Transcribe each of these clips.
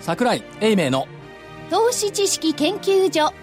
櫻井英明の投資知識研究所。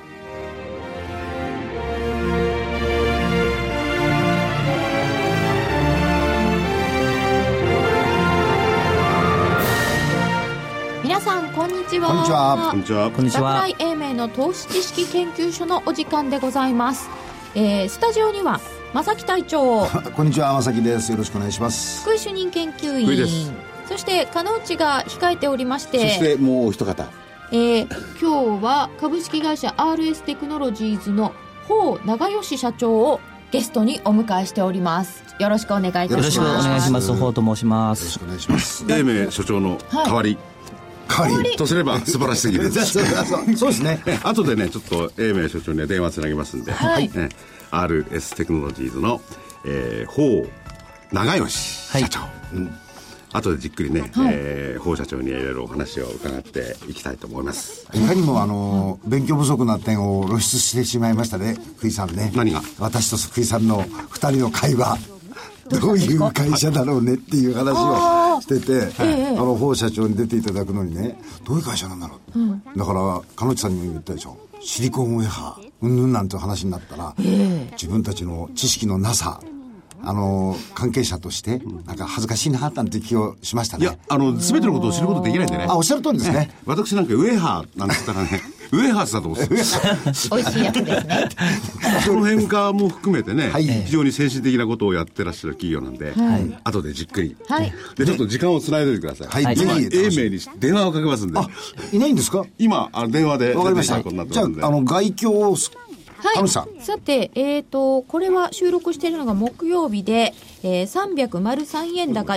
皆さんこんにちは。 こんにちは。 こんにちは。 こんにちは。 櫻井英明の投資知識研究所のお時間でございます。スタジオには正木隊長こんにちは、正木です。よろしくお願いします。 福井主任研究福井で員、 す。 そして加納内が控えておりましそて、 してもうお一方、 今日は株式会社 RS テクノロジーズの方長吉社長をゲストにお迎えしております。よろしくお願いいたします。 よろしくお願いします。方と申しまよろしす。 くお願いします。 英明所長の代わり、 代わりとすれば素晴らしすぎるそうですね。 後でねちょっと英明所長には電話つなぎますんで、 はいね、RS テクノロジーズの、方長吉社長、後でじっくりね、方社長にいろいろお話を伺っていきたいと思います。 いかにも勉強不足な点を露出してしまいましたね、福井さんね。 何が？ 私と福井さんの二人の会話、どういう会社だろうねっていう話をしてて、方社長に出ていただくのにね、どういう会社なんだろう、だから彼女さんにも言ったでしょ、シリコンウェハーうんぬんなんて話になったら、自分たちの知識のなさ、関係者としてなんか恥ずかしいななんて気をしましたね。 いや全てのことを知ることできないんでね。 おっしゃる通りですね。 私なんかウェハーなんて言ったらねウェハースだと思って美味しいやつですね。 その変化も含めてね、 はい非常に先進的なことをやってらっしゃる企業なんで、後でじっくり、 はいでちょっと時間をつないでおいてください。 はい今ぜひ英明に電話をかけますんで。 いないんですか？ 今電話でわかりました。 出てきたことになってじゃますんで、 あ外境を彼女さん、 さて、これは収録しているのが木曜日で、303円高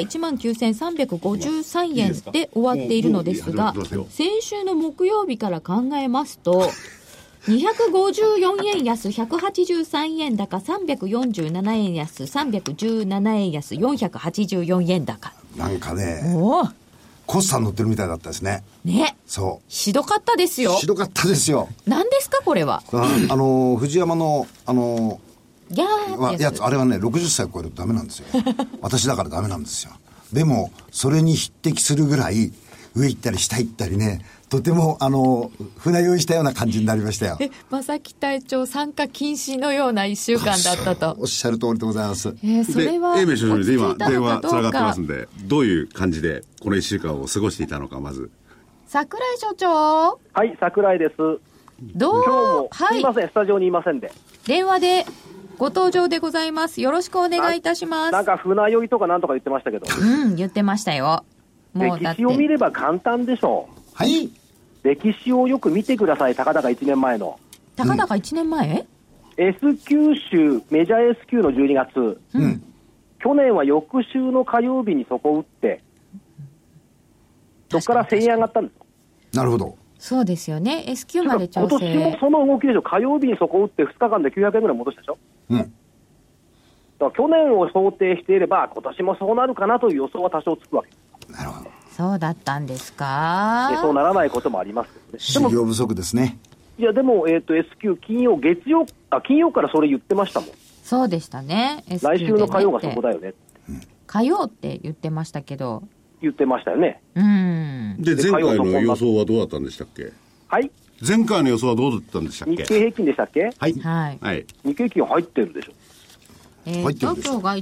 19,353 円で終わっているのですが、先週の木曜日から考えますと、254円安、183円高、347円安、317円安、484円高。 なんかね、 おーコスタ乗ってるみたいだったですね。 ね。 そひどかったですよう。ひ。どかったですよ。 何ですかこれは。 藤山のギャーってやつ。 あれはね60歳を超えるとダメなんですよ。私だからダメなんですよ。でもそれに匹敵するぐらい上行ったり下行ったりね、とても船酔いしたような感じになりましたよ。 正木隊長参加禁止のような1週間だったと。 おっしゃる通りでございます。 それはで英明所長に今落ち着いた電話のかどうかつながってますんで、どういう感じでこの1週間を過ごしていたのか、まず。 櫻井所長、 はい、桜井です。 どう今日も、 はいすいません、スタジオにいませんで。 電話でご登場でございます。よろしくお願いいたします。 なんか船酔いとかなんとか言ってましたけど、 言ってましたよ。もうだって歴史を見れば簡単でしょはい。 う。歴史をよく見てください、たかだか1年前の。 たかだか1年前、 S q 週、メジャー S q の12月、去年は翌週の火曜日にそこを打って、そこから1000円上がったんです。 なるほど。 そうですよね。S q まで調今年も整。 その動きでしょ。火曜日にそこを打って2日間で900円ぐらい戻したでしょ。だから去年を想定していれば今年もそうなるかなという予想は多少つくわけです。 なるほど。 そうだったんですでか。 そうならないこともありますけどね。 修行不足ですね。 いやでも、S q 金曜からそれ言ってましたもん。 そうでしたね。S q 来週の火曜がそでねこだよね。 火曜って言ってましたけど。 言ってましたよね。 で前回の予想はどうだったんでしたっけ？ はい。 前回の予想はどうだったんでしたっけ？ 日経平均でしたっけ？ はい。 はい。 はい。 日経平均入ってるでしょ。 入ってるんですよ今日が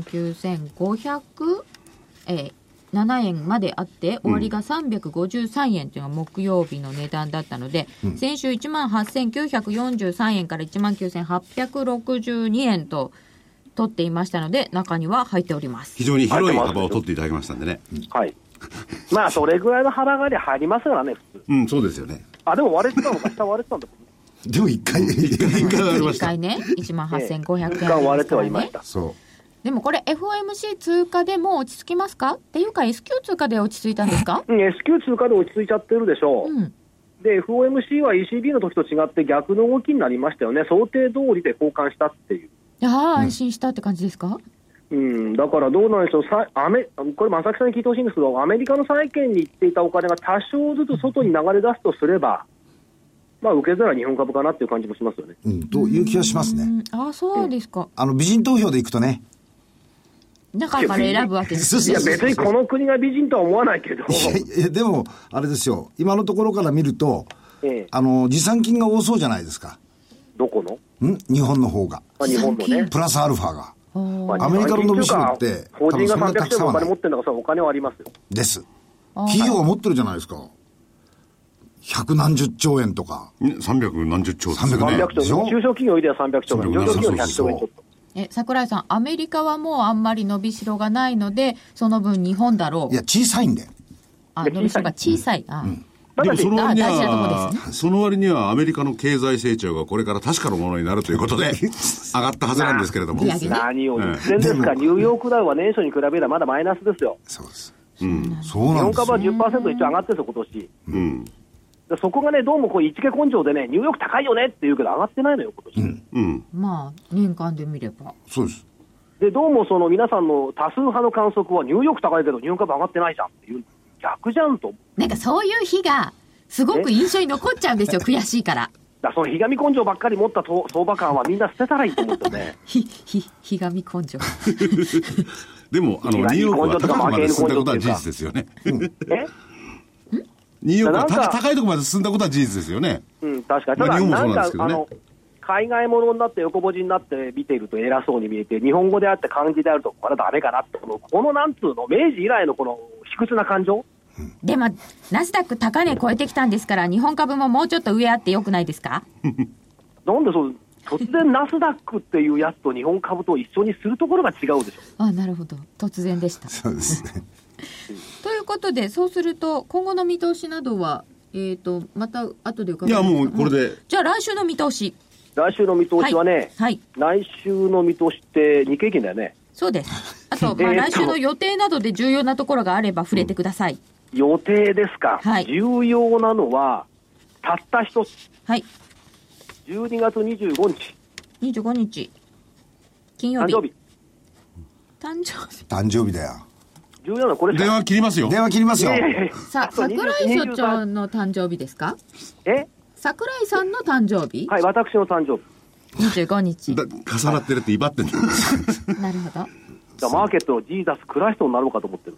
19,507 円まであって、終わりが353円というのが木曜日の値段だったので、先週 18,943 円から 19,862 円と取っていましたので、中には入っております。 非常に広い幅を取っていただきましたんでね。 はい。まあそれぐらいの腹がり入りますからね、普通。 うん、そうですよね。 あ、でも割れてたのか、下割れてたんだもんね。 でも一回一回ありま 1 した。 回ね、18,500円一回割れてはいました。 そでもこれ FOMC 通過でもう落ち着きますかっていうか S q 通過で落ち着いたんですか？ S q 通過で落ち着いちゃってるでしょう。で FOMC は ECB の時と違って逆の動きになりましたよね。想定通りで交換したっていう。 安心したって感じですか？ だからどうなんでしょう。これ正木さんに聞いてほしいんですけど、アメリカの債券に行っていたお金が多少ずつ外に流れ出すとすれば、まあ受け皿は日本株かなっていう感じもしますよね。 という気がしますね。 そうですか。 美人投票でいくとね、 中から選ぶわけですいや、別にこの国が美人とは思わないけど。 いやでも、あれですよ。今のところから見ると、持参金が多そうじゃないですか。 どこの？ 日本の方が。 日本のね。 プラスアルファが。アメリカの伸びしろって、 法人が300兆もお金持ってるんだから、それお金はありますよ。 です。企業が持ってるじゃないですか。百何十兆円とか。 300何十兆ですね。 300兆。中小企業では300兆円。上場企業100兆円ちょっと。 櫻井さん、アメリカはもうあんまり伸びしろがないので、その分日本だろう。 いや、小さいんだよ。 伸びしろが小さい。 でもその割には、その割にはアメリカの経済成長がこれから確かなものになるということで上がったはずなんですけれども。 何を言ってんですか。ニューヨークダウは年初に比べればまだマイナスですよ。 そうです。 日本株は 10% 一応上がってるんですよ、今年。そこがね、どうもこう一毛根性でね、ニューヨーク高いよねって言うけど上がってないのよ、今年。まあ、年間で見れば。 そうです。 で、どうもその皆さんの多数派の観測はニューヨーク高いけど日本株上がってないじゃんっていう。逆じゃんと。 なんかそういう日がすごく印象に残っちゃうんですよ。悔しいから。 そのひがみ根性ばっかり持った相場感はみんな捨てたらいいと思うんですよね。 ひがみ根性。 でもニューヨークは高くまで進んだことは事実ですよね。ニューヨークは高いところまで進んだことは事実ですよね。 確かに。ただなんか海外ものになって横文字になって見ていると偉そうに見えて、日本語であって漢字であるとこれはダメかなって、このなんつうの明治以来のこの卑屈な感情。 でもナスダック高値超えてきたんですから、日本株ももうちょっと上あってよくないですか？ なんでそう突然ナスダックっていうやつと日本株と一緒にするところが違うでしょ。 なるほど、突然でした。 そうですね。 ということで、そうすると今後の見通しなどはまた後で伺います。 いやもうこれで、 じゃあ来週の見通し。 来週の見通しはね、来週の見通しって日経平均だよね。 そうです。あと、来週の予定などで重要なところがあれば触れてください。 予定ですか。重要なのはたった一つ。12月25日。 25日金曜日。 誕生日だよ。 重要なのはこれ。 電話切りますよ。 さあ、桜井所長の誕生日ですか？桜井さんの誕生日？ はい、私の誕生日。 25日。 重なってるって威張ってんの。 なるほど。 マーケットのジーザスクライストになろうかと思ってる。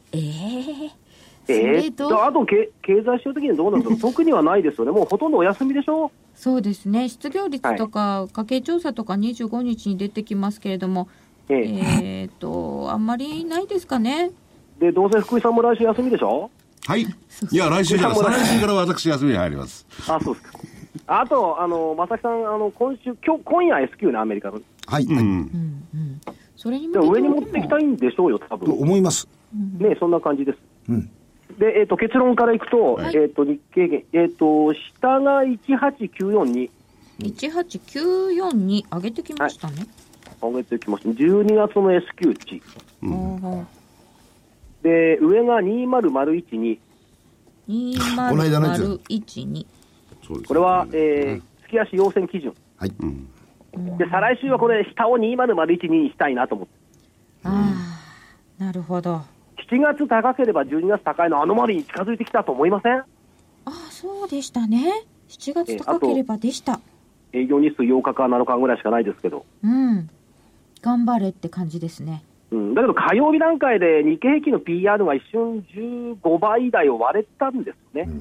あと経済指標的にどうなんですか？特にはないですよね。もうほとんどお休みでしょ。 そうですね。失業率とか家計調査とか25日に出てきますけれども、あんまりないですかね。 で、どうせ福井さんも来週休みでしょ。 はい。いや、来週じゃない。再来週から私休みに入ります。 そうですか。あと正木さん今夜 S q ね、アメリカの。 はい。 それに上に持っていきたいんでしょうよ、多分。と思います。 ね、そんな感じです。で、結論からいくと、日経平均、下が18942。 18942上げてきましたね。 上げてきました。12月の S q 値。で、上が20012。 20012。 これは、月足要請基準。で、再来週はこれ、下を20012にしたいなと思って。 なるほど。 7月高ければ12月高いのアノマリに近づいてきたと思いません？ そうでしたね。7月高ければでした。 営業日数8日か7日ぐらいしかないですけど。 頑張れって感じですね。 だけど火曜日段階で日経平均の PR が一瞬15倍台を割れたんですね。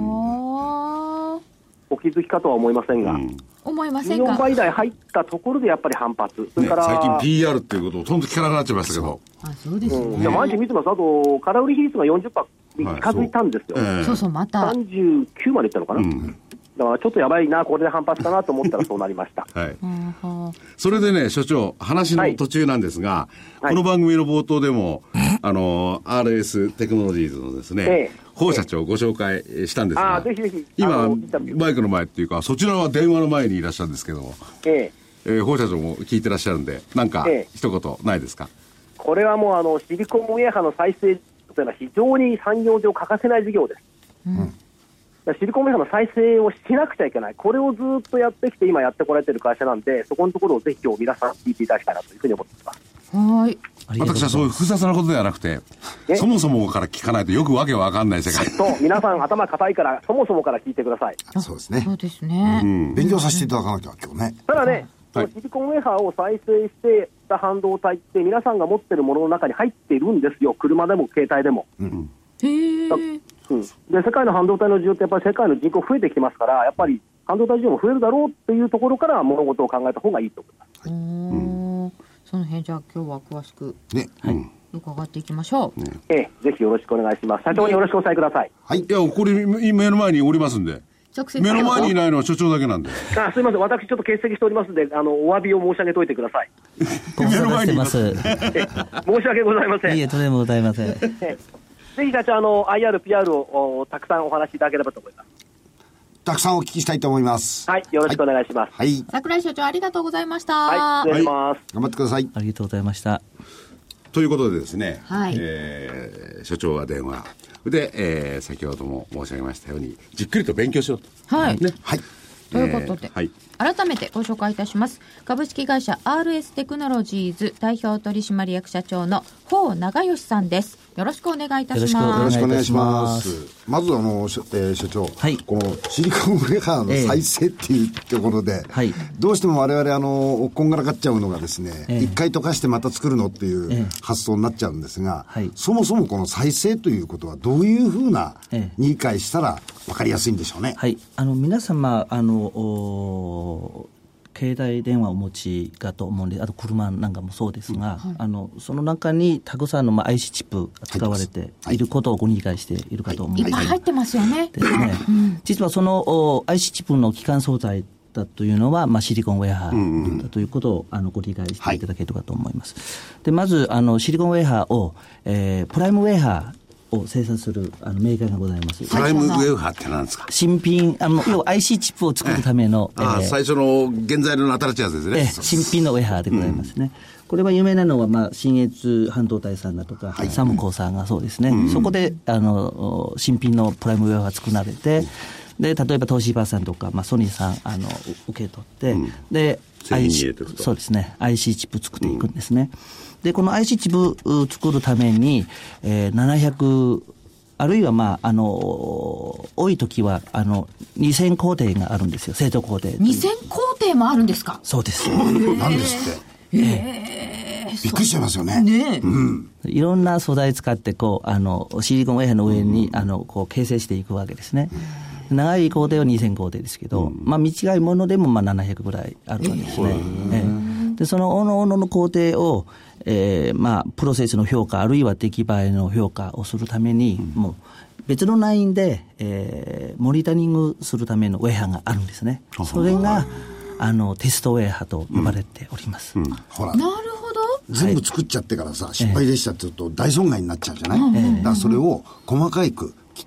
お気づきかとは思いませんが。 思いませんか。 14倍台入ったところでやっぱり反発。それから最近 PR っていうことをほとんど聞かなくなっちゃいましたけど。 そうですね。 毎日見てます。あと空売り比率が 40% に近づいたんですよ。 そうまた 39までいったのかな。だからちょっとやばいな、これで反発かなと思ったらそうなりました。 それでね、所長、話の途中なんですが、この番組の冒頭でもRS テクノロジーズのですね、方社長をご紹介したんですが、 ぜひぜひ今マイクの前っていうか、そちらは電話の前にいらっしゃるんですけども、方社長も聞いてらっしゃるんで、なんか一言ないですか？ これはもうシリコンウェア波の再生というのは非常に産業上欠かせない事業です。シリコンウェア波の再生をしなくちゃいけない。これをずっとやってきて今やってこられている会社なんで、そこのところをぜひ今日皆さん聞いていただきたいなというふうに思っています。 私はそういう複雑なことではなくて、そもそもから聞かないとよくわけわかんない世界。 皆さん頭固いからそもそもから聞いてください。 そうですね。 そうですね。 勉強させていただかなきゃ今日ね。 ただね、 そのシリコンウェハーを再生してた半導体って皆さんが持ってるものの中に入っているんですよ。車でも携帯でも。 へー。 で世界の半導体の需要ってやっぱり世界の人口増えてきてますから、やっぱり半導体需要も増えるだろうっていうところから物事を考えた方がいいと思います。 その辺じゃあ今日は詳しくね、 伺っていきましょう。 ぜひよろしくお願いします。社長によろしくお伝えください。 はい。 いや、これ目の前におりますんで。 直接目の前にいないのは所長だけなんで。 すいません、私ちょっと欠席しておりますので、お詫びを申し上げておいてください。 ご無沙汰してます。 申し訳ございません。 いえ、とてもございません。 ぜひ社長、IR、PR をたくさんお話しいただければと思います。 たくさんお聞きしたいと思います。 はい、よろしくお願いします。 はい。 櫻井所長ありがとうございました。 はい、失礼します。 頑張ってください。 ありがとうございました。 ということでですね、 はい所長は電話で、先ほども申し上げましたようにじっくりと勉強しようと。 はい。 ね。 はい。 ということで、 はい改めてご紹介いたします。株式会社 RS テクノロジーズ代表取締役社長の方長義さんです。よろしくお願いいたしよます。 ろしくお願いします。まず所長、 はいこのシリコンウェハーの再生っていうところで、 はいどうしても我々こんがらがっちゃうのがですね、一回溶かしてまた作るのっていう発想になっちゃうんですが、 はいそもそもこの再生ということはどういうふうなに理解したら分かりやすいんでしょうね。 はい。皆様、携帯電話をお持ちかと思うんで、あと車なんかもそうですが、その中にたくさんの、IC チップが使われていることをご理解しているかと思います。 いっぱい入ってますよね。 ですね。実はその IC チップの基幹素材だというのは、シリコンウェハーだということをご理解していただけるかと思います。でまずシリコンウェハーを、プライムウェハーを生産するメーカーがございます。 プライムウェハーって何ですか？ 新品、要は IC チップを作るための、 最初の原材料の新しいやつですね。 新品のウェハーでございますね。これは有名なのは、信越半導体さんだとか、サムコーさんがそうですね。そこで、新品のプライムウェハーが作られて、で、例えば東芝さんとか、ソニーさん、受け取って、で、そうですね、IC チップ作っていくんですね。で、この IC チップ作るために、700、あるいは多い時は、2000工程があるんですよ、製造工程。 2000工程もあるんですか？ そうです。 なんですって。びっくりしちゃいますよね。 ねえ。 いろんな素材使って、シリコンウェハーの上に、形成していくわけですね。長い工程は2000工程ですけど、短いものでも700ぐらいあるわけですね。で、その各々の工程を、プロセスの評価、あるいは出来栄えの評価をするために、もう別のラインで、モニタリングするためのウェハーがあるんですね。それが、テストウェハーと呼ばれております。 ほら。 なるほど。 全部作っちゃってからさ、失敗でしたって言うと大損害になっちゃうじゃない、だからそれを細かく切って、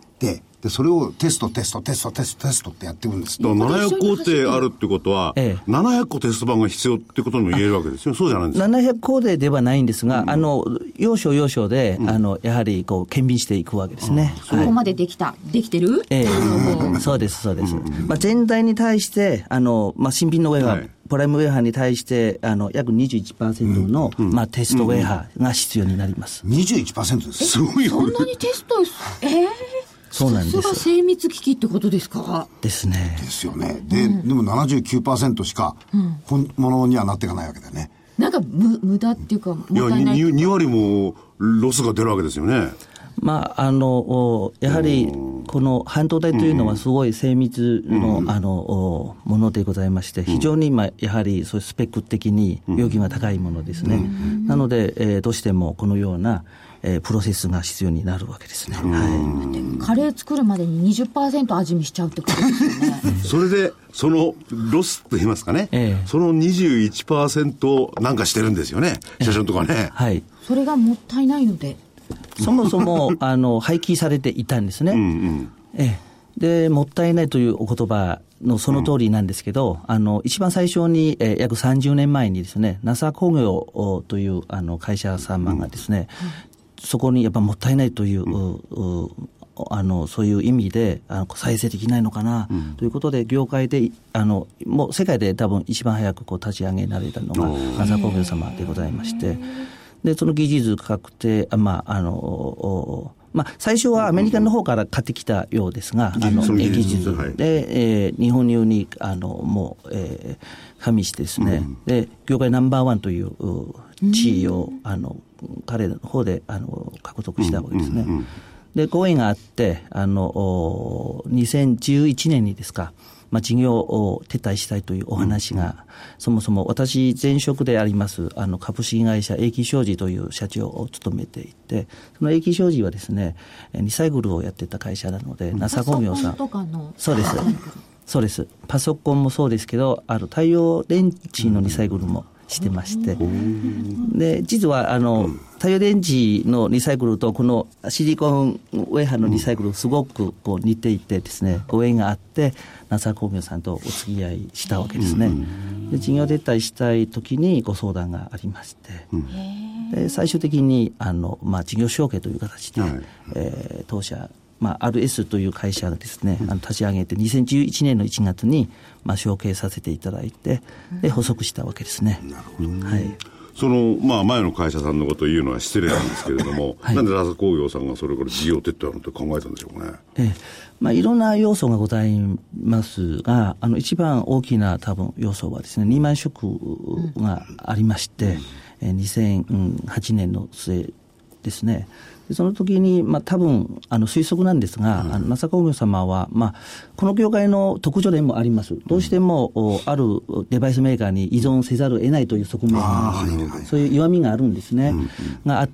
でそれをテストってやっていくんです。 だから700工程あるってことは、700個テスト版が必要ってことにも言えるわけですよ。そうじゃないんですか。 700工程ではないんですが、要所要所で、やはり検品していくわけですね。 そこまでできてる？ そうです、そうです。全体に対して、新品のウェハー、プライムウェハーに対して、約 21% の、テストウェハーが必要になります。 21% です。 すごいよ。 そんなにテスト、 そうなんです。 さすが精密機器ってことですか？ ですね。 ですよね。でも 79% しか本物にはなっていかないわけだよね。 なんか無駄っていうか、もったいない。 2割もロスが出るわけですよね。 やはりこの半導体というのはすごい精密の、ものでございまして、非常にやはりそういうスペック的に要求が高いものですね。なので、どうしてもこのようなプロセスが必要になるわけですね。 カレー作るまでに 20% 味見しちゃうってことですよね。 それでそのロスと言いますかね、その 21% なんかしてるんですよね、社長のとかね。 それがもったいないので。 そもそも廃棄されていたんですね。でもったいないというお言葉のその通りなんですけど、一番最初に、約30年前にですね、NASA 工業という会社様がですね、そこにやっぱもったいないというそういう意味で再生できないのかな、ということで業界でもう世界で多分一番早く立ち上げられたのが NASA 工業様でございまして、でその技術確定最初はアメリカの方から買ってきたようですが、技術で、日本流にもう、加味してですね、で業界ナンバーワンという地位を彼の方で獲得したわけですね。でご縁があって2011年にですか、事業を撤退したいというお話が、そもそも私前職であります株式会社英気商事という社長を務めていて、その英気商事はですねリサイクルをやってた会社なので、NASA工業さん、そうですパソコンもそうですけど太陽電池のリサイクルもしてまして、で実は太陽電池のリサイクルとこのシリコンウェハのリサイクルすごくこう似ていてですね、ご縁があって NASA 工業さんとお付き合いしたわけですね。で事業撤退したい時にご相談がありまして、で最終的に事業承継という形で、当社RS という会社がですね立ち上げて2011年の1月に承継させていただいて、で補足したわけですね。 なるほど、 はい、 その前の会社さんのことを言うのは失礼なんですけれども、なんでNASA工業さんがそれから事業撤退なんて考えたんでしょうかね。 いろんな要素がございますが、一番大きな多分要素はですね、リーマンショックがありまして、2008年の末ですね。その時に、多分推測なんですが、NASA工業様は、この業界の特徴でもあります。どうしても、あるデバイスメーカーに依存せざるを得ないという側面が、そういう弱みがあるんですね。があって、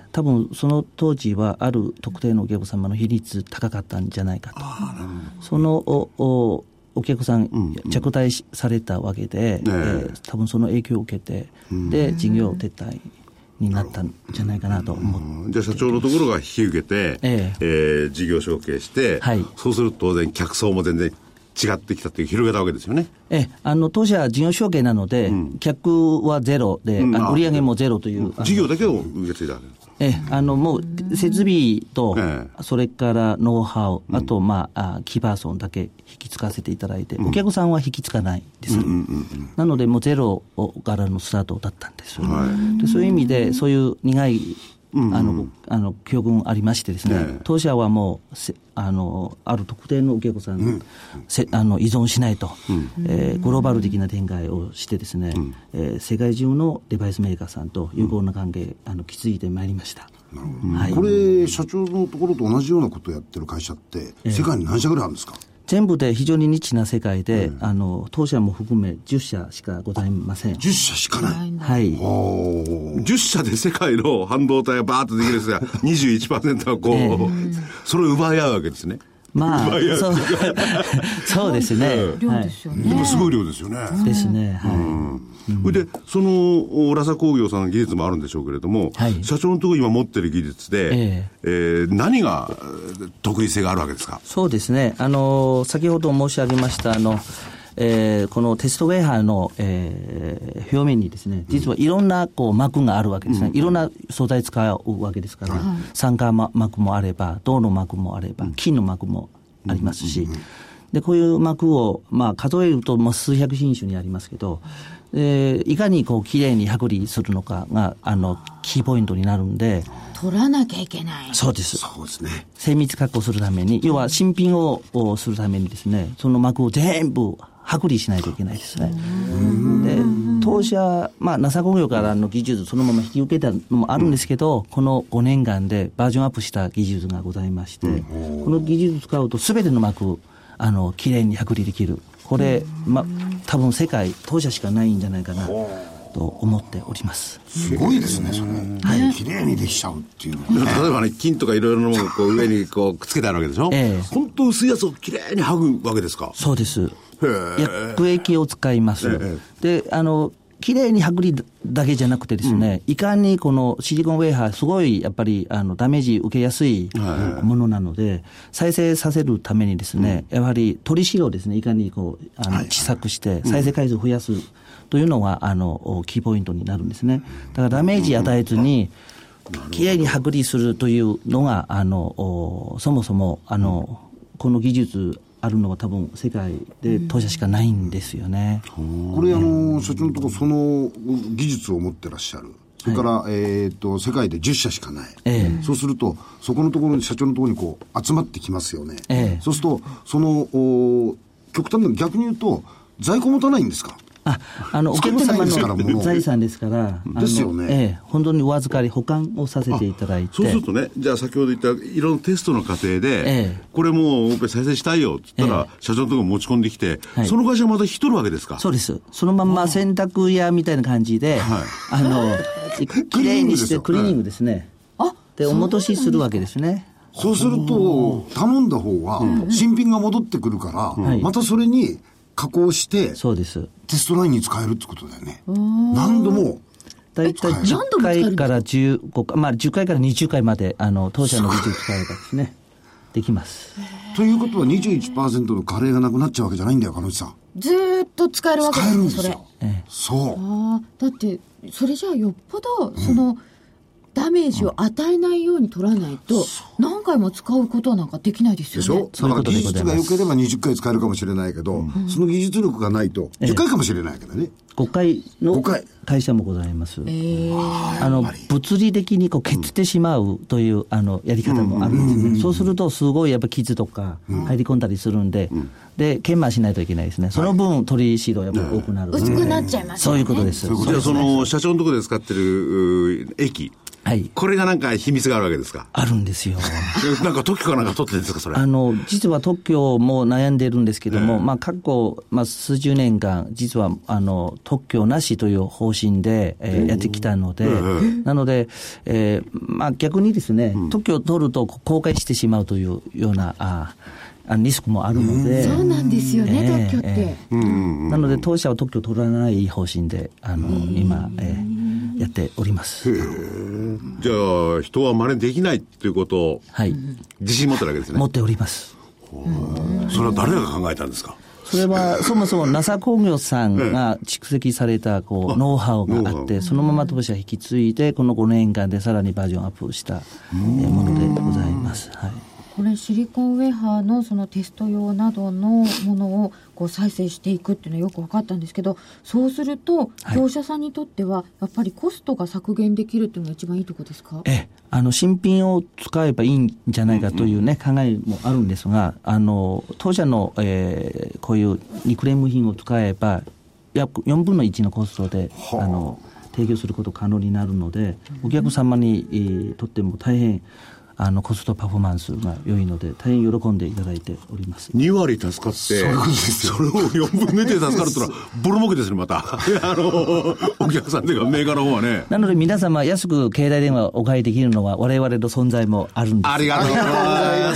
多分その当時はある特定のお客様の比率高かったんじゃないかと。そのお客さん着退されたわけで、多分その影響を受けて、で事業撤退になったんじゃないかなと思って。 じゃあ社長のところが引き受けて、事業承継して、そうすると当然客層も全然違ってきたっていう広げたわけですよね。 当社事業承継なので、客はゼロで、売上もゼロという、 事業だけを受け継いだわけです。 もう設備と、それからノウハウ、あとキーパーソンだけ引き継がせていただいて、お客さんは引き継がないです。なのでもうゼロからのスタートだったんです。でそういう意味でそういう苦い教訓ありましてですね、当社はもうある特定のお客さん、依存しないと、グローバル的な展開をしてですね、世界中のデバイスメーカーさんと有効な関係築いてまいりました。 これ社長のところと同じようなことをやってる会社って世界に何社ぐらいあるんですか？ 全部で非常にニッチな世界で、当社も含め10社しかございません。 10社しかない。 はい。 10社で世界の半導体がバーッとできるんですが、21% はこう、それを奪い合うわけですね。 そうですね。 量ですよね。 でもすごい量ですよね。 ですね。 でそのラサ工業さんの技術もあるんでしょうけれども、社長のところ今持ってる技術で、何が得意性があるわけですか？ そうですね。先ほど申し上げましたこのテストウェアハーの、表面にですね、実はいろんな膜があるわけですね。いろんな素材使うわけですから、酸化膜もあれば、銅の膜もあれば、金の膜もありますし、でこういう膜を、数えると数百品種にありますけど、いかにきれいに剥離するのかがキーポイントになるんで、 取らなきゃいけない。 そうです。 そうですね。 精密加工するために、要は新品をするためにですね、その膜を全部剥離しないといけないですね。で当社、NASA 工業からの技術そのまま引き受けたのもあるんですけど、この5年間でバージョンアップした技術がございまして、この技術を使うと全ての膜きれいに剥離できる。これ、多分世界当社しかないんじゃないかなと思っております。 すごいですね、それ。きれいにできちゃうっていうのは、 例えばね、金とかいろいろなものを上にくっつけてあるわけでしょ。本当薄いやつをきれいに剥ぐわけですか？ そうです。薬液を使います。できれいに剥離だけじゃなくてですね、いかにこのシリコンウェアハーすごいやっぱりダメージ受けやすいものなので、再生させるためにですね、やはり取り代をですね、いかに小さくして再生回数を増やすというのがキーポイントになるんですね。だからダメージ与えずにきれいに剥離するというのがそもそもこの技術あるのは多分世界で当社しかないんですよね。 これ社長のところその技術を持ってらっしゃる、そそれから、世界で10社しかない。そうすると、そこのところに、社長のところにこう、集まってきますよね。そうすると、その、極端な逆に言うと、在庫持たないんですか？ お客様の財産ですから、 ですよね。 本当にお預かり保管をさせていただいて。 そうするとね、じゃあ先ほど言ったいろんなテストの過程で、これもう再生したいよって言ったら、社長のところに持ち込んできて、その会社がまた引き取るわけですか？ そうです。そのまんま洗濯屋みたいな感じで、きれいにしてクリーニングですね。で、お戻しするわけですね。 そうすると、頼んだ方は、新品が戻ってくるから、またそれに、加工して、 そうです。 テストラインに使えるってことだよね。何度も。 だいたい10回から15回、10回から20回まで、当社の技術使えばですね、できます。 ということは 21% のカレーがなくなっちゃうわけじゃないんだよ、鹿野内さん。 ずーっと使えるわけですね、それ。 そう。 だって、それじゃあよっぽど、ダメージを与えないように取らないと、何回も使うことはなんかできないですよね。 でしょ？だから技術が良ければ20回使えるかもしれないけど、その技術力がないと10回かもしれないけどね。 5回の会社もございます。物理的にこう削ってしまうというやり方もあるんですね。そうするとすごいやっぱ傷とか入り込んだりするんで、で研磨しないといけないですね。その分取り指導やっぱり多くなる。 薄くなっちゃいますね。 そういうことです。 じゃあその社長のところで使ってる液、これがなんか秘密があるわけですか？ あるんですよ。 なんか特許かなんか取ってるんですか、それ？ 実は特許も悩んでるんですけども、過去、数十年間、実は、特許なしという方針で、やってきたので、なので、逆にですね、特許を取ると公開してしまうというような、リスクもあるので。 そうなんですよね、特許って。 なので、当社は特許を取らない方針で、今、やっております。 じゃあ人は真似できないということを、自信持ってるわけですね。 持っております。 それは誰が考えたんですか？ それはそもそも NASA 工業さんが蓄積されたノウハウがあって、そのまま当社引き継いでこの5年間でさらにバージョンアップしたものでございます。 これシリコンウェハーのそのテスト用などのものをこう再生していくっていうのはよく分かったんですけど、そうすると業者さんにとってはやっぱりコストが削減できるっていうのが一番いいところですか？ 新品を使えばいいんじゃないかというね、考えもあるんですが、当社の、こういうリクレーム品を使えば約4分の1のコストで提供すること可能になるので、お客様に、とっても大変コストパフォーマンスが良いので大変喜んでいただいております。 2割助かってそれを4分の1で助かるというのはボロ儲けですね。またお客さんというかメーカーの方はね。 なので皆様安く携帯電話をお買いできるのは我々の存在もあるんです。 ありがとうございます。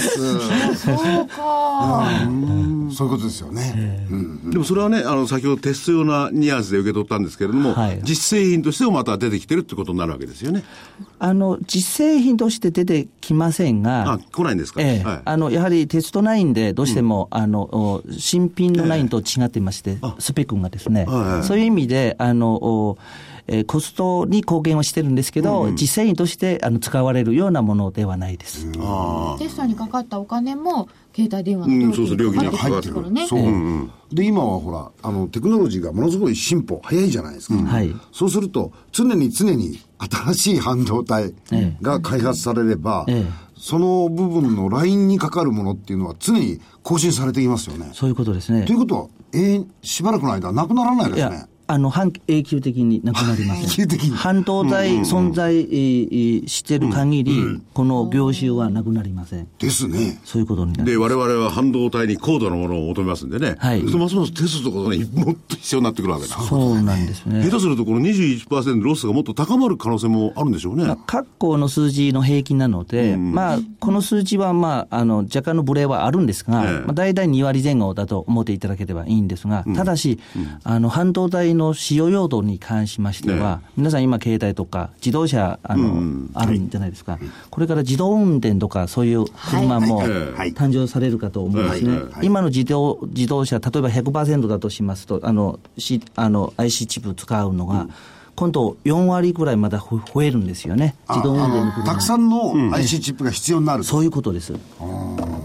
そうか。 そういうことですよね。 でもそれはね、先ほどテスト用なニュアンスで受け取ったんですけれども、実製品としてもまた出てきてるってことになるわけですよね。 実製品として出てきませんが、 来ないんですか？ やはりテストラインでどうしても、新品のラインと違っていまして、スペックがですね、そういう意味でコストに貢献はしてるんですけど、実製品として使われるようなものではないです。 テストにかかったお金も携帯電話の料金にかかってくるからね。 で今はほらテクノロジーがものすごい進歩早いじゃないですか。そうすると常に新しい半導体が開発されれば、その部分のラインにかかるものっていうのは常に更新されていますよね。 そういうことですね。 ということはしばらくの間なくならないですね。 半永久的になくなりません。 永久的に半導体存在している限り、この業種はなくなりません。 ですね。 そういうことになります。 で、我々は半導体に高度なものを求めますんでね。ますますテストとかね、もっと必要になってくるわけだ。 そうなんですね。 下手するとこの 21% ロスがもっと高まる可能性もあるんでしょうね。 各校の数字の平均なので、この数字は若干のブレはあるんですが、大体2割前後だと思っていただければいいんですが、ただし、半導体の使用用途に関しましては、皆さん今携帯とか自動車あるんじゃないですか。これから自動運転とかそういう車も誕生されるかと思うんですね。今の自動車、例えば 100% だとしますと、IC チップ使うのが、今度4割ぐらいまだ増えるんですよね。自動運転の車。 たくさんの IC チップが必要になる。 そういうことです。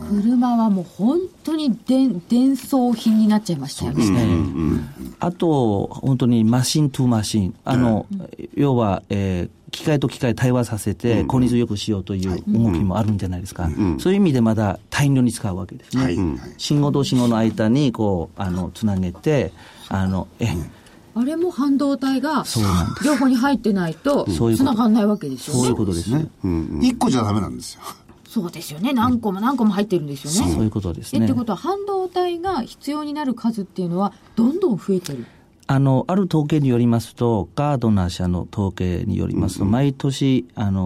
車はもう本当に伝送品になっちゃいましたよね。 あと本当にマシントゥマシン、要は、機械と機械対話させて効率よくしようという動きもあるんじゃないですか。そういう意味でまだ大量に使うわけですね。信号と信号の間にこうつなげてあれも半導体が両方に入ってないとつながんないわけですよね。 そういうことですね。 1個じゃダメなんですよ。 そうですよね。何個も何個も入ってるんですよね。 そういうことですね。 ってことは半導体が必要になる数っていうのはどんどん増えてる。 ある統計によりますと、ガードナー社の統計によりますと、毎年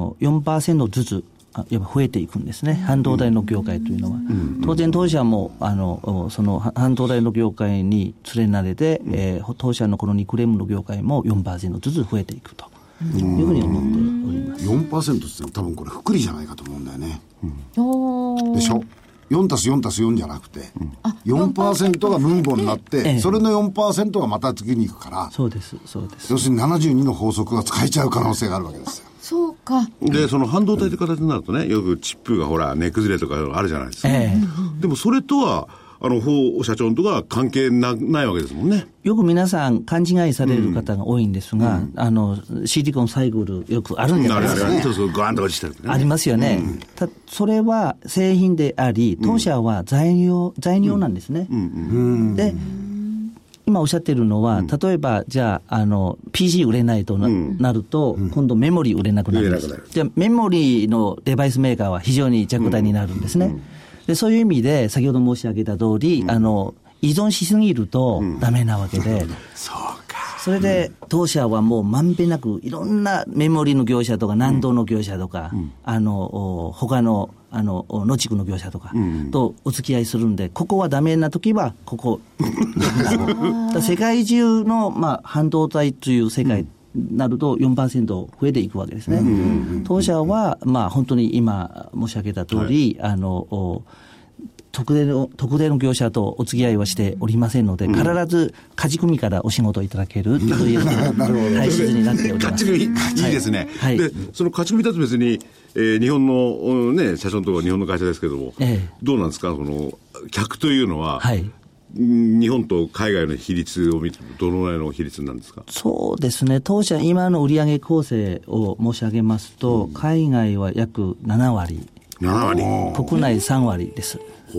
4% ずつ増えていくんですね、半導体の業界というのは。当然当社もその半導体の業界に連れ慣れて、当社のこのニクレムの業界も 4% ずつ増えていくというふうに思っております。 4% って言っても多分これ複利じゃないかと思うんだよね。でしょ。4足す4足す4じゃなくて、4% が分母になって、それの 4% がまた次に行くから、 そうですそうです。 要するに72の法則が使えちゃう可能性があるわけですよ。 そうか。 でその半導体という形になるとね、よくチップがほら値崩れとかあるじゃないですか。でもそれとは法社長のとか関係ないわけですもんね。 よく皆さん勘違いされる方が多いんですが、シリコンサイクルよくあるんじゃないですか。 そうガーンと落ちてる、ね、 ありますよね。それは製品であり、当社は材料なんですね。で今おっしゃってるのは、例えばじゃあPC 売れないと なると、今度メモリ売れなくなります。じゃあメモリのデバイスメーカーは非常に弱体になるんですね。でそういう意味で先ほど申し上げた通り、依存しすぎるとダメなわけで、それで当社はもうまんべんなくいろんなメモリの業者とか南道の業者とか、他の野地区の業者とかとお付き合いするんで、ここはダメな時はここ世界中の、半導体という世界になると 4% 増えていくわけですね。当社は、本当に今申し上げた通り、特定の業者とお付き合いはしておりませんので、必ず勝ち組からお仕事いただけるという体質になっております。 勝ち組いいですね。でその勝ち組だと別に、日本の、社長のところは日本の会社ですけども、どうなんですか、その客というのは、日本と海外の比率を見てどのぐらいの比率なんですか。 そうですね、当社今の売上構成を申し上げますと、海外は約7割、国内3割です。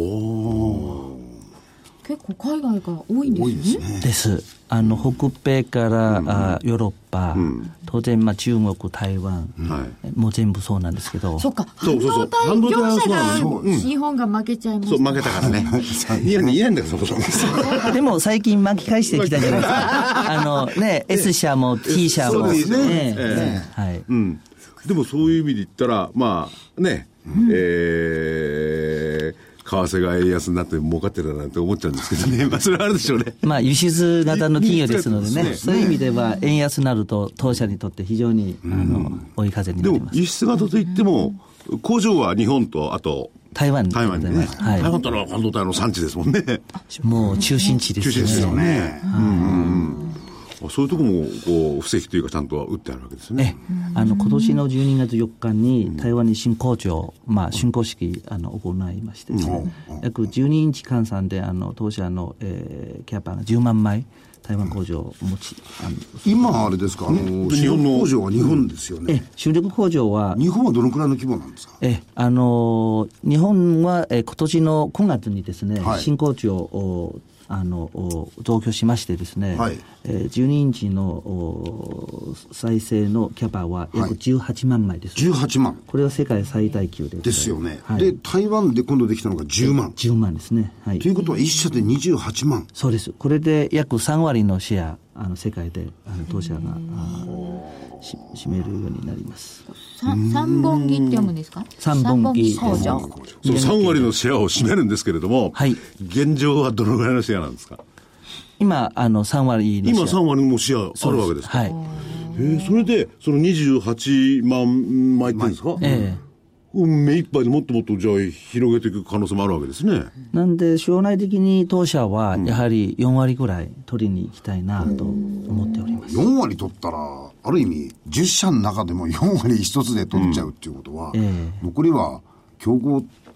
結構海外が多いんですね。 です北米からヨーロッパ、当然中国、台湾、もう全部そうなんですけど、 そっか、半導体業者が日本が負けちゃいました。 そう負けたからねいやんだよそこでも最近巻き返してきたじゃないですかS 社も T 社もそうですね、でもそういう意味で言ったら為替が円安になって儲かってるなんて思っちゃうんですけどねそれはあるでしょうね。 輸出型の企業ですのでね、そういう意味では円安になると当社にとって非常に追い風になります。 でも輸出型といっても工場は日本とあと台湾にね、台湾との半導体の産地ですもんね。 もう中心地ですよね。 中心地ですよね。そういうところもこう布石というかちゃんと打ってあるわけですね。 今年の12月4日に台湾に新工場、竣工式行いましてですね、約12インチ換算で当社の、キャパが10万枚台湾工場を持ち、 今あれですか、主力工場は日本ですよね。 主力工場は日本はどのくらいの規模なんですか。 日本は、今年の9月にですね、新工場を増強しましてですね、12インチの再生のキャパは約18万枚です。 18万。 これは世界最大級です。 ですよね。で台湾で今度できたのが10万。 10万ですね。ということは1社で28万。 そうです。これで約3割のシェア世界で当社が占めるようになります。 三本木って読むんですか。 三本木工場。 そう3割のシェアを占めるんですけれども、現状はどのぐらいのシェアなんですか。 今3割のシェア。今 3割もシェアあるわけですか。それでその28万枚って言うんですか。目いっぱいでもっともっとじゃあ広げていく可能性もあるわけですね。 なんで将来的に当社はやはり4割ぐらい取りに行きたいなと思っております。 4割取ったらある意味10社の中でも4割一つで取っちゃうっていうことは、残りは競合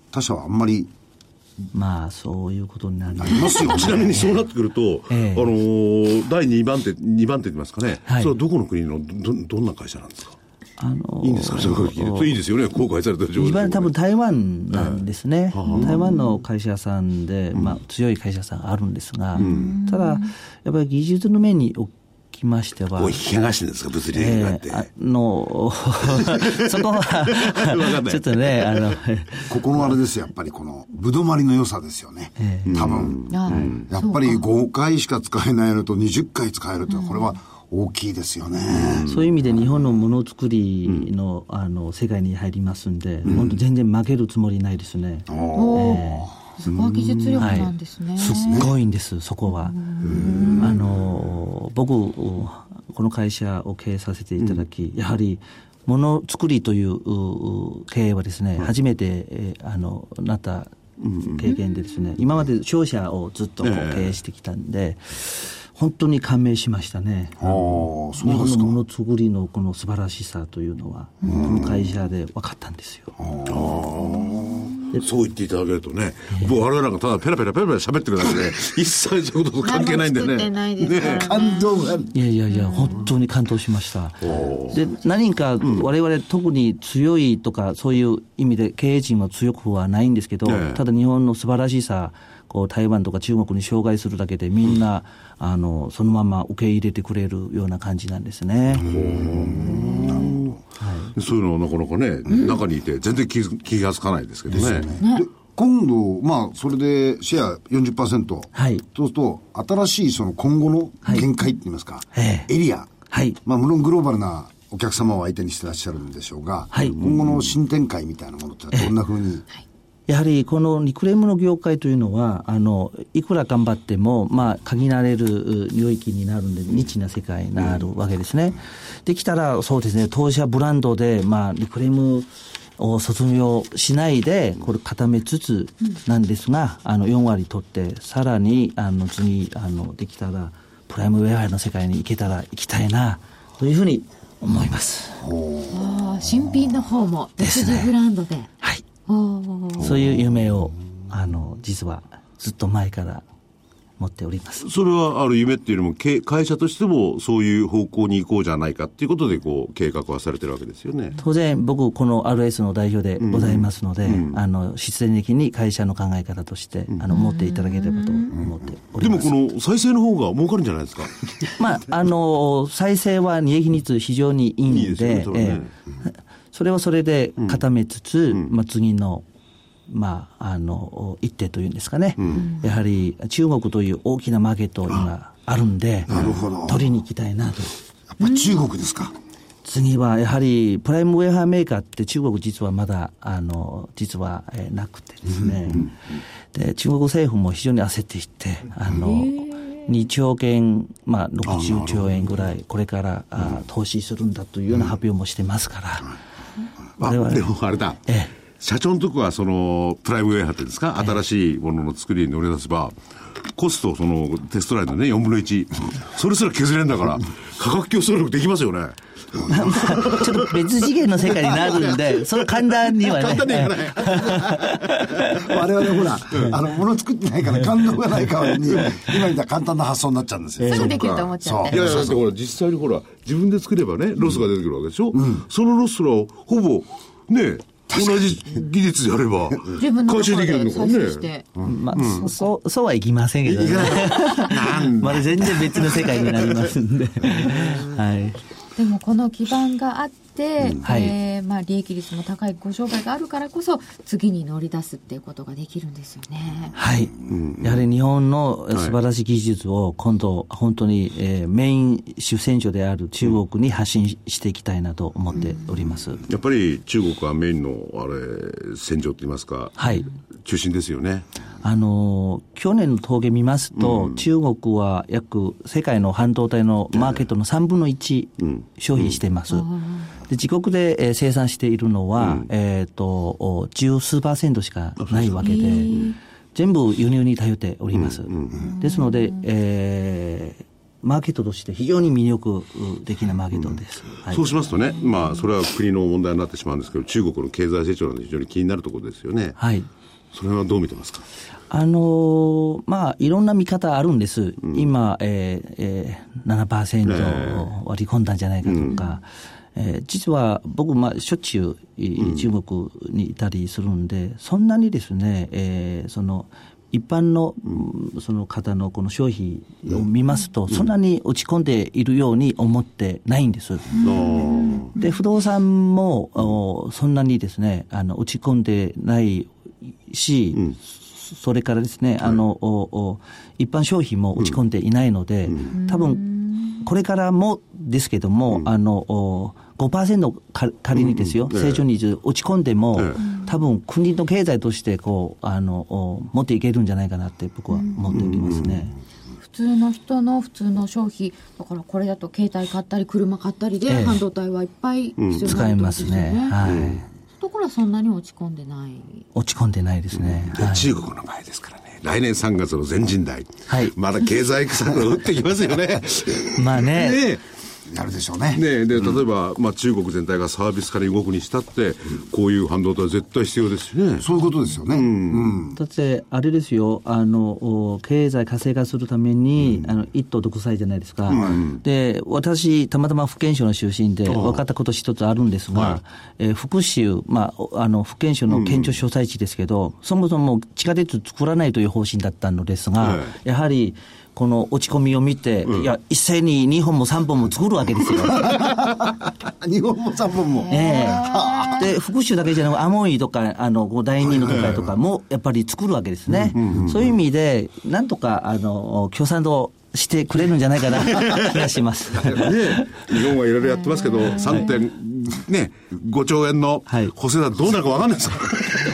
他社はあんまりまあそういうことになりますよ。 ちなみにそうなってくると、第2番手って言いますかね、それはどこの国のどんな会社なんですか？いいんですか？それから聞いていいですよね、公開された情報。 一番多分台湾なんですね。台湾の会社さんで、強い会社さんがあるんですが、ただやっぱり技術の面におきましては、 おい、引きがしてるんですか、物理的なんて。 そこはちょっとね、 ここのあれですよ、やっぱりこのぶどまりの良さですよね。多分、やっぱり5回しか使えないのと20回使えると、これは大きいですよね。 そういう意味で日本のものづくりの、世界に入りますんで、本当全然負けるつもりないですね。 すごい技術力なんですね。 すごいんです、そこは。僕、この会社を経営させていただき、やはりものづくりという経営はですね、初めて、なった経験でですね、今まで商社をずっと経営してきたんで、本当に感銘しましたね。日本のものづくりのこの素晴らしさというのは、この会社で分かったんですよ。 そう言っていただけるとね、我々なんかただペラペラ喋ってるだけで一切そういうことと関係ないんでね。 感動が。 いや本当に感動しました。で、何か我々特に強いとかそういう意味で経営陣は強くはないんですけど、ただ日本の素晴らしさ、台湾とか中国に紹介するだけでみんな、そのまま受け入れてくれるような感じなんですね。 そういうのはなかなかね、中にいて全然気がつかないですけどね。 で今度、それでシェア 40%、そうすると新しいその今後の見解って言いますか、エリア、無論グローバルなお客様を相手にしてらっしゃるんでしょうが、今後の新展開みたいなものってどんなふうに、 やはりこのリクレームの業界というのは、いくら頑張っても、限られる領域になるんで、ニッチな世界になるわけですね。できたら、そうですね、当社ブランドで、リクレームを卒業しないで、これ固めつつなんですが、4割取って、さらに、次、できたら、プライムウェアの世界に行きたいな、というふうに思います。 新品の方も、別自ブランドで。 はい。そういう夢を実はずっと前から持っております。 それは夢っていうのも会社としてもそういう方向に行こうじゃないかっていうことで計画はされてるわけですよね。 当然僕この RS の代表でございますので、必然的に会社の考え方として持っていただければと思っております。 でもこの再生の方が儲かるんじゃないですか？ 再生は利益率非常にいいんで、それはそれで固めつつ、次の、一手というんですかね、やはり中国という大きなマーケット今あるんで、取りに行きたいなと。 やっぱ中国ですか？ 次はやはりプライムウェアメーカーって中国実はまだ実はなくてですね、で中国政府も非常に焦っていて2兆円、60兆円ぐらいこれから投資するんだというような発表もしてますから、 でもあれだ、社長のとこはそのプライムウェアっていうんですか、新しいものの作りに乗り出せばコストそのテストラインのね4分の1それすら削れるんだから価格競争力できますよね。 ちょっと別次元の世界になるんで、それ簡単にはね。簡単にはいかない。 我々ほら、物作ってないから感動がない代わりに、今みたいな簡単な発想になっちゃうんですよ。 すぐできると思っちゃって。 いやだってほら、実際にほら、自分で作ればね、ロスが出てくるわけでしょ。そのロスらをほぼ、ね、同じ技術でやれば、回収できるのかね。 そうはいきませんけどね。まだ全然別の世界になりますんで。はい。 でもこの基盤があって、利益率も高いご商売があるからこそ次に乗り出すっていうことができるんですよね。 はい、やはり日本の素晴らしい技術を今度本当に、メイン主戦場である中国に発信していきたいなと思っております。 やっぱり中国はメインの戦場といいますか、中心ですよね。 去年の統計見ますと、中国は約世界の半導体のマーケットの3分の1消費しています。で自国で、生産しているのは、十数%しかないわけで、全部輸入に頼っております。ですので、マーケットとして非常に魅力的なマーケットです。 そうしますとね、それは国の問題になってしまうんですけど、中国の経済成長なんて非常に気になるところですよね。 それはどう見てますか？ まあ、いろんな見方あるんです。今、7% 割り込んだんじゃないかとか、実は僕、しょっちゅう中国にいたりするんで、そんなにですね、その一般のその方のこの消費を見ますと、そんなに落ち込んでいるように思ってないんです。で、不動産もそんなにですね、落ち込んでないし、それからですね、一般消費も落ち込んでいないので、多分これからもですけども、5% 仮にですよ、成長率落ち込んでも、多分国の経済としてこう持っていけるんじゃないかなって僕は思っておりますね。 普通の人の普通の消費だから、これだと携帯買ったり車買ったりで半導体はいっぱい必要になるってことですよね。 使えますね。はい。 ところはそんなに落ち込んでない。 落ち込んでないですね。 で、中国の場合ですからね。来年3月の全人代。はい。まだ経済策が打ってきますよね。 まあね。 やるでしょうね。 で、例えば、中国全体がサービス化に動くにしたって、こういう半導体は絶対必要ですしね。 そういうことですよね。 だって、あれですよ、経済活性化するために、一党独裁じゃないですか。で、私、たまたま福建省の出身で、分かったこと一つあるんですが、福州、福建省の県庁所在地ですけど、そもそも地下鉄作らないという方針だったのですが、やはり、この落ち込みを見て、いや、一斉に2本も3本も作るわけですよ。 2本も3本も。 で、福州だけじゃなく、アモイとか、第二の都会とかも、やっぱり作るわけですね。そういう意味で、なんとか、共産党してくれるんじゃないかな、気がします。 日本はいろいろやってますけど、3.5 兆円の補正だとどうなるか分かんないですから。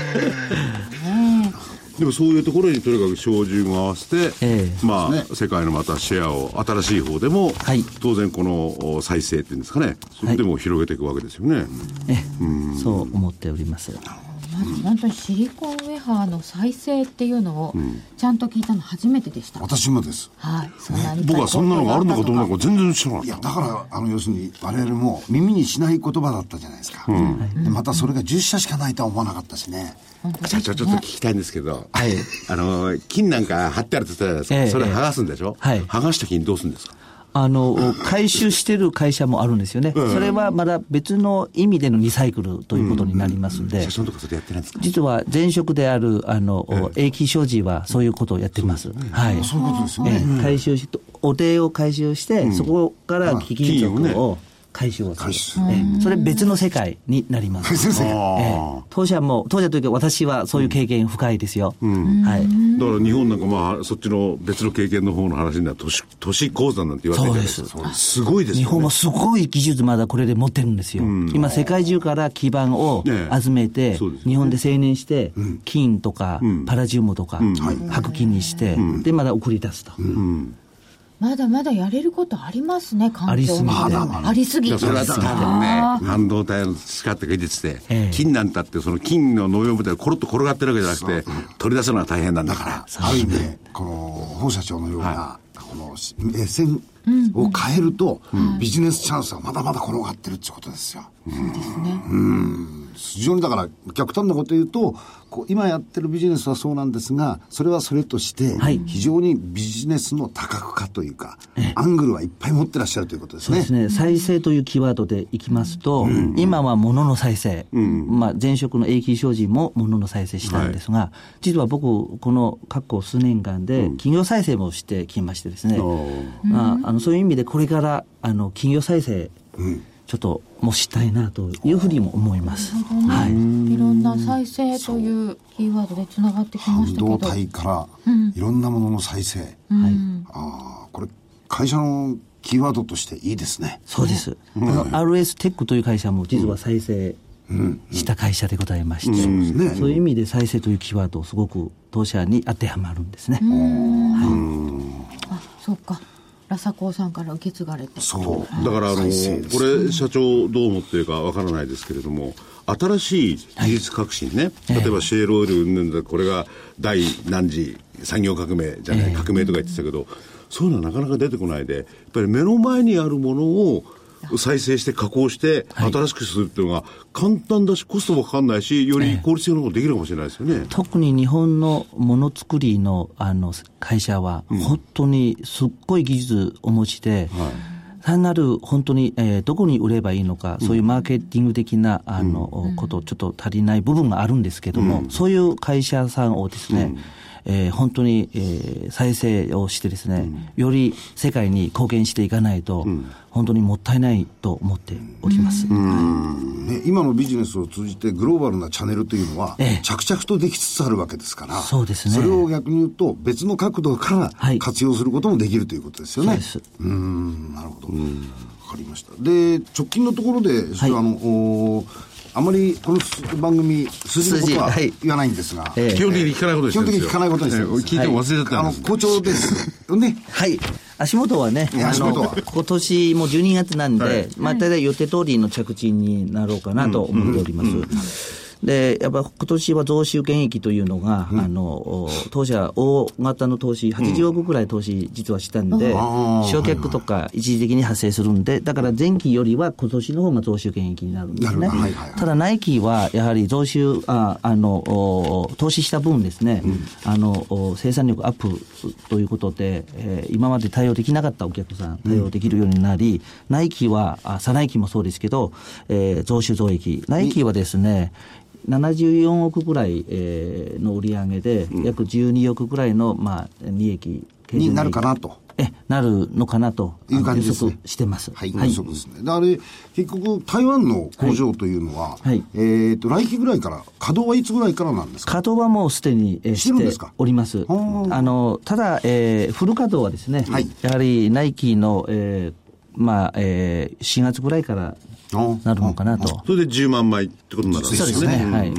でもそういうところにとにかく照準を合わせて、世界のまたシェアを新しい方でも、当然この再生っていうんですかね、それでも広げていくわけですよね。 そう思っております。 まず本当にシリコンウェハーの再生っていうのをちゃんと聞いたの初めてでした。 私もです。 はい。 僕はそんなのがあるのかどうなのか全然知らなかった。 いや、だから要するに我々も耳にしない言葉だったじゃないですか。でまたそれが10社しかないとは思わなかったしね。 社長、ちょっと聞きたいんですけど、金なんか貼ってあるって言ったじゃないですか。それ剥がすんでしょ。剥がした金どうするんですか？ 回収してる会社もあるんですよね。それはまだ別の意味でのリサイクルということになりますので。 社長とかそれやってないんですか？ 実は前職である、永吉商事はそういうことをやってます。はい。 そういうことですよね。 回収し、お手を回収して、そこから貴金属を回収をする。それ別の世界になります。当社というか私はそういう経験深いですよ。はい。 だから日本なんかそっちの別の経験の方の話になると都市鉱山なんて言われてるんです。すごいですよね。 日本もすごい技術まだこれで持ってるんですよ。今世界中から基盤を集めて、日本で精錬して、金とかパラジウムとか白金にして、でまだ送り出すと。 まだまだやれることありますね、環境に。ありすぎて。 それはだからね、半導体の力って技術で、金なんたってその金の伸び物でコロッと転がってるわけじゃなくて、取り出すのが大変なんだから。 ある意味ね、この法社長のような、この目線を変えると、ビジネスチャンスはまだまだ転がってるってことですよ。 そうですね。 非常にだから極端なこと言うと、今やってるビジネスはそうなんですが、それはそれとして非常にビジネスの多角化というか、アングルはいっぱい持ってらっしゃるということですね。 そうですね。再生というキーワードでいきますと、今は物の再生、前職の永吉商事も物の再生したんですが、実は僕この過去数年間で企業再生もしてきましてですね、そういう意味でこれから企業再生、ちょっともしたいなというふうにも思います。 はい。いろんな再生というキーワードでつながってきましたけど。 半導体からいろんなものの再生。これ会社のキーワードとしていいですね。 そうです。RS テックという会社も実は再生した会社でございまして、そういう意味で再生というキーワードをすごく当社に当てはまるんですね。 そうか。ラサコーさんから受け継がれて。 そうだからこれ社長どう思ってるかわからないですけれども、新しい技術革新ね、例えばシェールオイルこれが第何次産業革命じゃない、革命とか言ってたけど、そういうのはなかなか出てこないで、やっぱり目の前にあるものを再生して加工して新しくするっていうのが簡単だしコストもかかんないし、より効率的なことできるかもしれないですよね。 特に日本のものづくりの会社は本当にすっごい技術をお持ちで、単なる本当に、どこに売ればいいのか、そういうマーケティング的なことちょっと足りない部分があるんですけども、そういう会社さんをですね、本当に、再生をしてですね、より世界に貢献していかないと、本当にもったいないと思っております。 今のビジネスを通じてグローバルなチャンネルというのは、着々とできつつあるわけですから、 そうですね。 それを逆に言うと別の角度から活用することもできるということですよね。 そうです。 なるほど。わかりました。で、直近のところで、あまりこの番組数字のことは言わないんですが、 基本的に聞かないことですよ。 基本的に聞かないことですよ。 聞いても忘れちゃったんです。 好調ですよね。 はい。足元はね、今年も12月なんで、大体予定通りの着地になろうかなと思っております。で、やっぱ今年は増収減益というのが、当社大型の投資、80億くらい投資実はしたんで、償却とか一時的に発生するんで、だから前期よりは今年の方が増収減益になるんですね。ただナイキはやはり増収、投資した分ですね、生産力アップということで、今まで対応できなかったお客さん、対応できるようになり、ナイキは、サナイキもそうですけど、増収増益。ナイキはですね、74億ぐらいの売り上げで、約12億ぐらいの利益になるかなと。 なるのかなという感じですね。 予測してます。 はい。予測ですね。で、あれ、結局、台湾の工場というのは、来期ぐらいから、稼働はいつぐらいからなんですか？ 稼働はもうすでにしております。ただ、フル稼働はですね、やはりナイキの、4月ぐらいからなるのかなと。 それで10万枚ってことになるんですね。 そうですね。はい。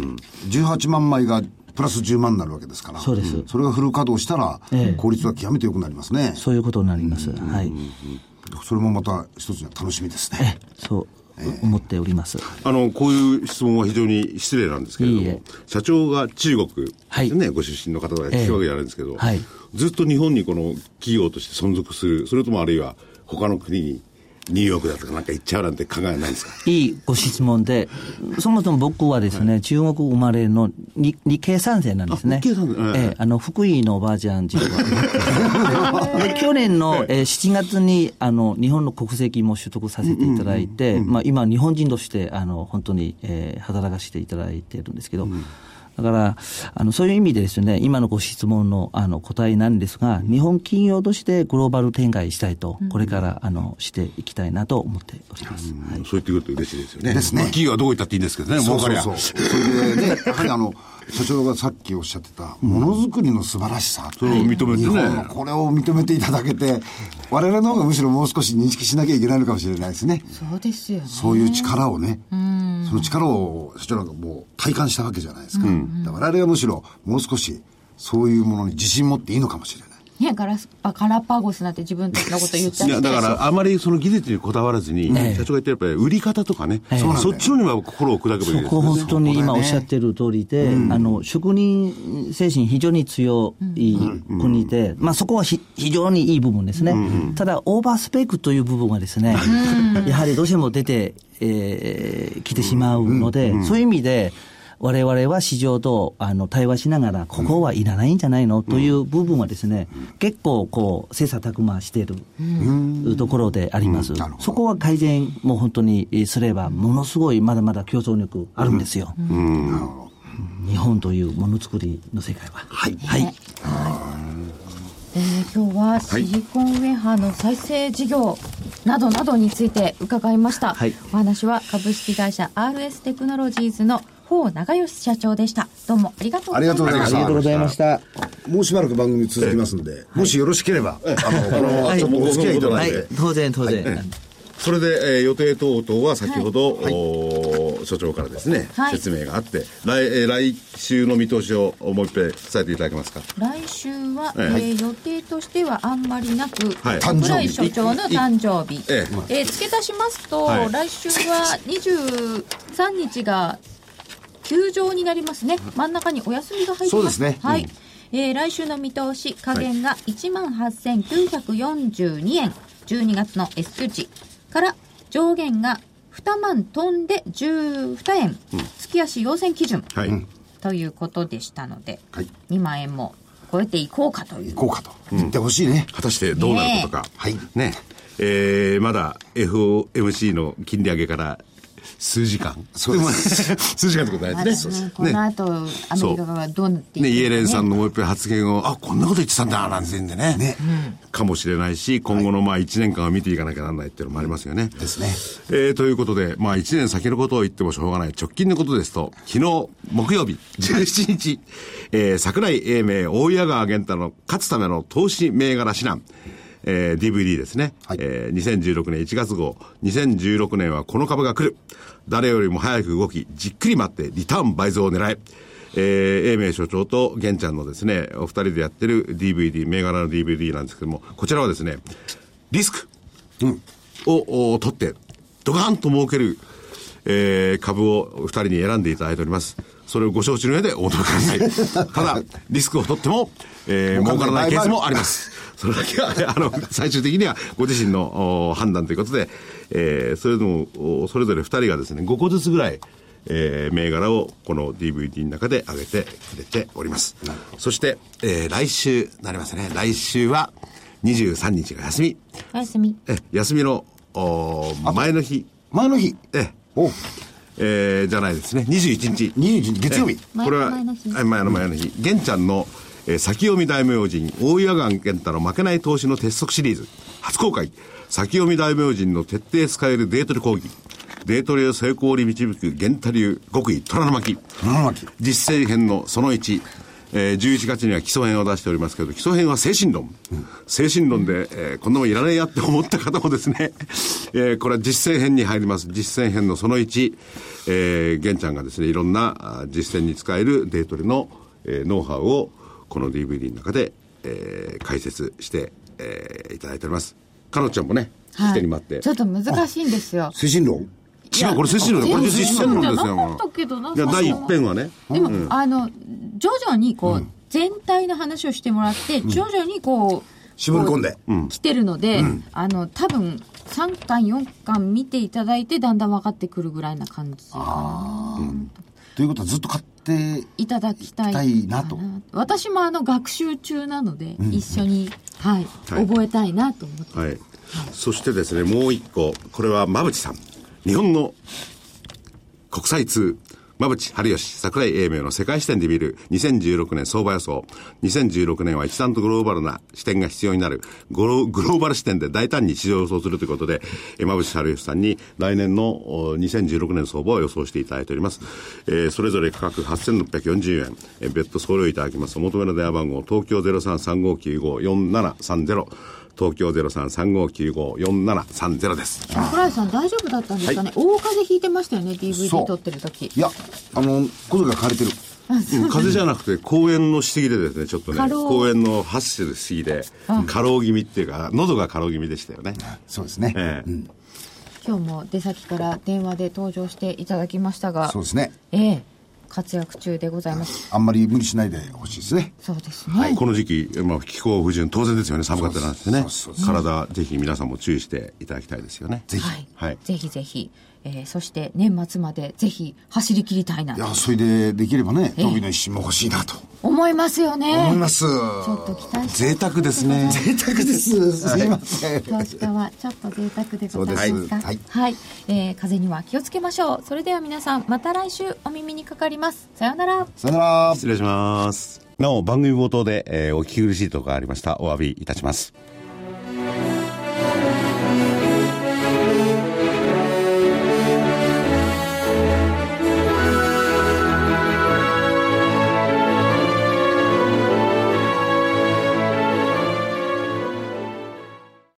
18万枚がプラス10万になるわけですから。 そうです。 それがフル稼働したら、効率は極めて良くなりますね。 そういうことになります。はい。 それもまた一つの楽しみですね。 そう思っております。 こういう質問は非常に失礼なんですけれども、社長が中国ですね、ご出身の方が聞くわけじゃないんですけど、ずっと日本にこの企業として存続する、それともあるいは他の国にニューヨークだとかなんか行っちゃうなんて考えないんですか？ いいご質問で、そもそも僕はですね、中国生まれの日系3世なんですね。 日系3世、 福井のおばあちゃん実は去年の7月に日本の国籍も取得させていただいて、今日本人として本当に働かせていただいているんですけど、だからそういう意味でですね、今のご質問の答えなんですが、日本企業としてグローバル展開したいと、これからしていきたいなと思っております。 そう言ってくると嬉しいですよね。 ですね。 企業はどこ行ったっていいんですけどね、 そう。それでね、やはり社長がさっきおっしゃってたものづくりの素晴らしさ、 それを認めてね、 日本のこれを認めていただけて、我々の方がむしろもう少し認識しなきゃいけないのかもしれないですね。 そうですよね。 そういう力をね、その力を社長なんかもう体感したわけじゃないですか。だから我々はむしろもう少しそういうものに自信持っていいのかもしれない。 ね、カラパゴスなんて自分たちのこと言っちゃって。 いや、だからあまりその技術にこだわらずに、社長が言ってやっぱり売り方とかね、そっちのには心を砕けばいいですよね。 そこ本当に今おっしゃってる通りで、職人精神非常に強い国で、そこは非常にいい部分ですね。ただオーバースペックという部分はですね、やはりどうしても出てきてしまうので、そういう意味で我々は市場と対話しながら、ここはいらないんじゃないのという部分はですね、結構切磋琢磨しているところであります。そこは改善も本当にすれば、ものすごいまだまだ競争力あるんですよ。日本というものづくりの世界は。はい。 今日はシリコンウェハの再生事業などなどについて伺いました。お話は株式会社 RS テクノロジーズの方長吉社長でした。どうもありがとうございました。 ありがとうございました。 もうしばらく番組続きますので、もしよろしければこのままちょっとお付き合いいただいて。 当然。 それで、予定等々は先ほど、所長からですね、説明があって、来週の見通しをもう一遍伝えていただけますか。 来週は、予定としてはあんまりなく、 櫻井所長の誕生日、付け足しますと、来週は23日が休場になりますね。真ん中にお休みが入ってます。 そうですね。 来週の見通し下限が 18,942 円、12月の S q 値から上限が2万飛んで12円、月足要請基準、ということでしたので、2万円も超えていこうかという。 言ってほしいね。 果たしてどうなることか。まだ FOMC の金利上げから数時間。 そうです。 数時間ってことないですね。 この後、アメリカがどうなっていくか、 イエレンさんのもう一回発言を、こんなこと言ってたんだ、なんて言うんでね。かもしれないし、今後の1年間を見ていかなきゃならないっていうのもありますよね。 ですね。 ということで、1年先のことを言ってもしょうがない。直近のことですと、昨日、木曜日、17日、櫻井英明、大谷川源太の勝つための投資銘柄指南。DVD ですね。2016年1月号。2016年はこの株が来る。誰よりも早く動き、じっくり待って、リターン倍増を狙え。英明所長と玄ちゃんのですね、お二人でやってる DVD、銘柄の DVD なんですけども、こちらはですね、リスクを取って、ドカーンと儲ける、株を二人に選んでいただいております。それをご承知の上でお届けください。ただ、リスクを取っても、儲からないケースもあります。それだけは、最終的にはご自身の判断ということで、それぞれ二人がですね、5個ずつぐらい、銘柄をこの DVD の中で上げてくれております。そして、来週なりますね。来週は23日が休み。休みの、前の日。じゃないですね。21日。 月曜日。 これは、前の日。玄ちゃんの、先読み大名人、大谷川源太の負けない投資の鉄則シリーズ、初公開。先読み大名人の徹底使えるデートリ講義。デートリを成功に導く源太流極意虎の巻。実践編のその1。11月には基礎編を出しておりますけど、基礎編は精神論。精神論で、こんなもんいらねえやって思った方もですね、これは実践編に入ります。実践編のその1。玄ちゃんがですね、いろんな実践に使えるデートリの、ノウハウをこの DVD の中で、解説して、いただいております。かのちゃんもね、聞き手に待って。 ちょっと難しいんですよ。 精神論違う、これ精神論。これ実践論ですよ。いや、第一編はね。 でも、徐々に全体の話をしてもらって、徐々に絞り込んで来てるので、多分3巻4巻見ていただいてだんだん分かってくるぐらいな感じ。 ということはずっと買っていただきたいなと。私も学習中なので、一緒に、覚えたいなと思って。 そしてですね、もう一個、これは馬淵さん。日本の国際通、馬淵春吉、櫻井英明の世界視点で見る2016年相場予想。2016年は一段とグローバルな視点が必要になる。グローバル視点で大胆に市場を予想するということで、馬淵春吉さんに来年の2016年相場を予想していただいております。それぞれ価格8640円。別途送料いただきます。お求めの電話番号、東京 0335954730。東京 0335954730 です。 櫻井さん大丈夫だったんですかね。大風邪ひいてましたよね、 DVD 撮ってる時。 いや、声が枯れてる。 風邪じゃなくて公園のしすぎでですね、ちょっとね、公園の発しすぎで過労気味っていうか、喉が過労気味でしたよね。 そうですね。 今日も出先から電話で登場していただきましたが、 そうですね。 活躍中でございます。 あんまり無理しないでほしいですね。 そうですね。 この時期、気候不順当然ですよね。寒かったなんですね。体ぜひ皆さんも注意していただきたいですよね。 ぜひ、 ぜひぜひ。そして年末までぜひ走り切りたいな。 いや、それでできればね、飛びの一瞬も欲しいなと思いますよね。 思います。ちょっと期待して。 贅沢ですね。贅沢です。すいません。 投資家はちょっと贅沢でございますか。風邪には気をつけましょう。それでは皆さんまた来週お耳にかかります。さようなら。 さようなら。 失礼します。なお番組冒頭で、お聞き苦しいところがありました。お詫びいたします。